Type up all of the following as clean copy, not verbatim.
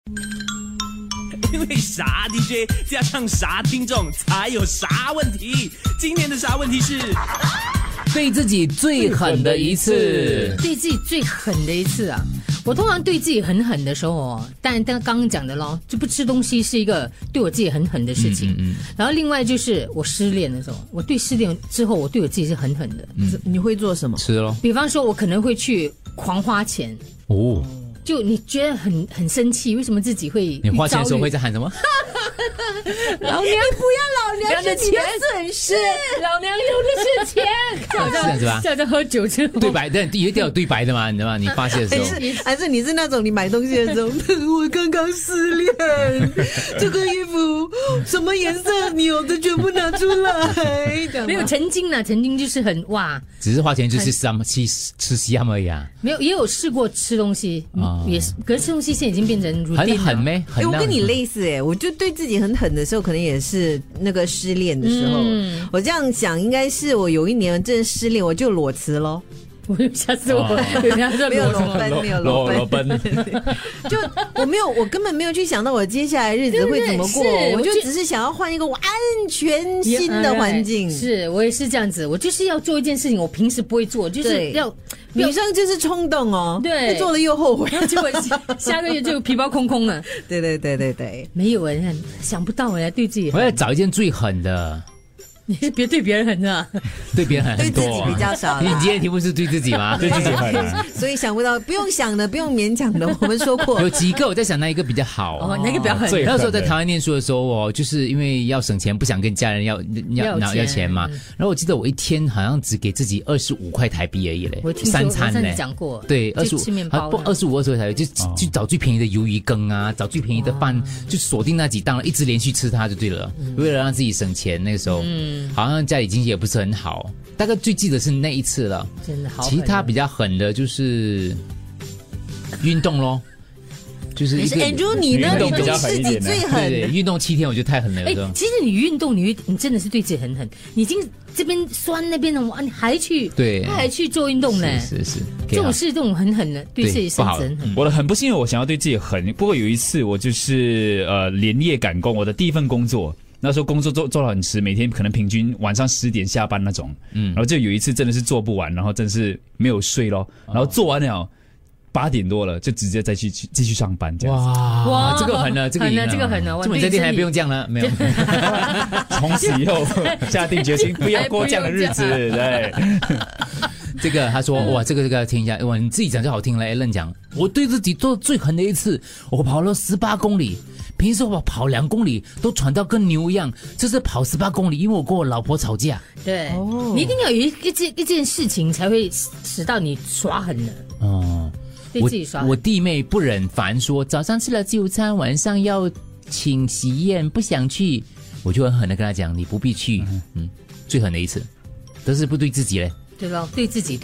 因为啥 DJ 加上啥听众才有啥问题。今天的啥问题是对自己最狠的一次。 对自己最狠的一次啊！我通常对自己很狠的时候哦，但刚刚讲的咯，就不吃东西是一个对我自己很狠的事情。然后另外就是我失恋的时候，我对失恋之后，我对我自己是很狠的。 你会做什么？ 吃咯。 比方说，我可能会去狂花钱。 哦。 就你觉得很生气，为什么自己会？ 你花钱的时候会在喊什么？ 老娘你不要老娘的钱损失，老娘有的是钱。 这样子吧？ 叫喝酒之后对白，但一定要有对白的嘛，你知道吗？你发泄的时候， 还是你是那种你买东西的时候，我刚刚失恋，这个衣服什么颜色你有的全部拿出来。 没有曾经就是很哇， 只是花钱就是吃香而已啊。 没有，也有试过吃东西，也是，可是吃东西现在已经变成 routine 很狠咩？ 我跟你类似我就对自己很狠的时候，可能也是那个失恋的时候。我这样想，应该是我有一年真的失恋，我就裸辞咯。 吓死我！ 没有裸奔，就我根本没有去想到我接下来日子会怎么过，我就只是想要换一个完全新的环境。 是我也是这样子，我就是要做一件事情，我平时不会做，就是要女生就是冲动哦， 对， 做了又后悔， 结果下个月就皮包空空了。 对， 没有人想不到对自己， 我要找一件最狠的。 你是别对别人狠啊， 对别人狠很多， 对自己比较少。 你今天题目是对自己吗？ 对自己狠啊， 所以想不到，不用想的，不用勉强的。我们说过有几个，我在想哪一个比较好。 哪个比较狠？ 那时候在台湾念书的时候就是因为要省钱，不想跟家人要钱嘛。然后我记得我一天好像只给自己25块台币而已嘞，3餐嘞。 讲过， 对 ，25吃面包， 不25块台币，就找最便宜的鱿鱼羹啊，找最便宜的饭，就锁定那几档了，一直连续吃它就对了。为了让自己省钱，那个时候，好像家里经济也不是很好，大概最记得是那一次了。 真的好。 其他比较狠的就是运动咯。就是一个 Andrew 你呢？你对自己最狠。 对，运动7天我觉得太狠了。 其实你运动，你真的是对自己很狠。你已经这边酸那边的，哇，你还去对， 还去做运动嘞？ 是， 这种是这种很狠的，对自己身子很狠。 我的很不是因为我想要对自己狠，不过有一次我就是连夜赶工，我的第一份工作。那时候工作做到很迟，每天可能平均晚上10点下班那种，然后就有一次真的是做不完，然后真的是没有睡咯，然后做完了8点多了，就直接再去继续上班这样子。 哇，这个狠了，这个狠了， 这么你在电台不用这样了，没有。 从此以后下定决心不要过这样的日子，对。 这个他说哇，这个听一下，哇，你自己讲就好听了。Alan 讲，我对自己做最狠的一次，我跑了18公里。平时我跑2公里都喘到跟牛一样，这是跑18公里，因为我跟我老婆吵架。 对，你一定要有一件事情才会使到你耍狠的。对自己耍狠。 我弟妹不忍烦说早上吃了自助餐，晚上要请喜宴，不想去，我就很狠的跟他讲，你不必去。最狠的一次，都是不对自己嘞。 对咯，对自己。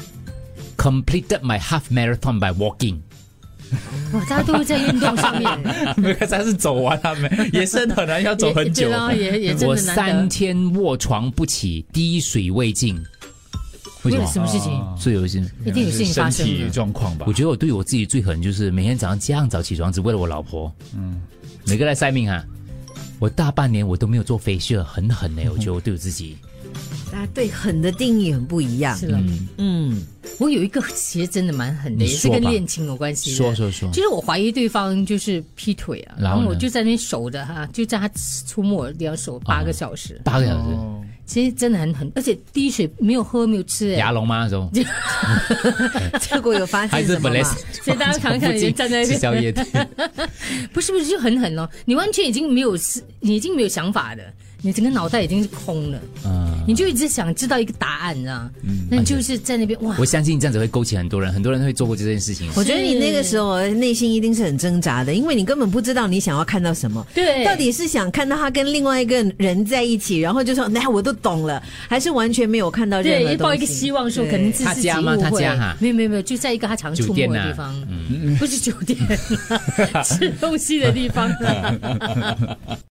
Completed my half marathon by walking。 哇，大家都会在运动上面。 没有，他是走完了没？也是很难，要走很久。 也真的难得。 我3天卧床不起，滴水未进。 为什么事情？ 是有一些一定有事情发生。 身体状况吧。 我觉得我对我自己最狠，就是每天早上这样早起床，只为了我老婆。每个来晒命啊！我大半年我都没有做facial，很狠呢。我觉得我对我自己。 大家对狠的定义很不一样。 是了，我有一个其实真的蛮狠的，也是跟恋情有关系的。 说， 就是我怀疑对方就是劈腿啊，然后我就在那边守着他，就在他出没的地方守8个小时。 8个小时， 其实真的很狠，而且滴水没有喝，没有吃。 牙龙吗？那时候， 结果有发现什么吗？ 所以大家看看，你站在那边吃宵夜的， 不是就很狠咯？你完全已经没有想法的。你整个脑袋已经是空了，你就一直想知道一个答案，你知道吗？那你就是在那边哇！ 我相信这样子会勾起很多人会做过这件事情。 我觉得你那个时候内心一定是很挣扎的，因为你根本不知道你想要看到什么。 对， 到底是想看到他跟另外一个人在一起，然后就说那我都懂了，还是完全没有看到任何东西？ 对，抱一个希望说可能是自己误会。 他家哈？ 没有，就在一个他常出没的地方，不是酒店，吃东西的地方。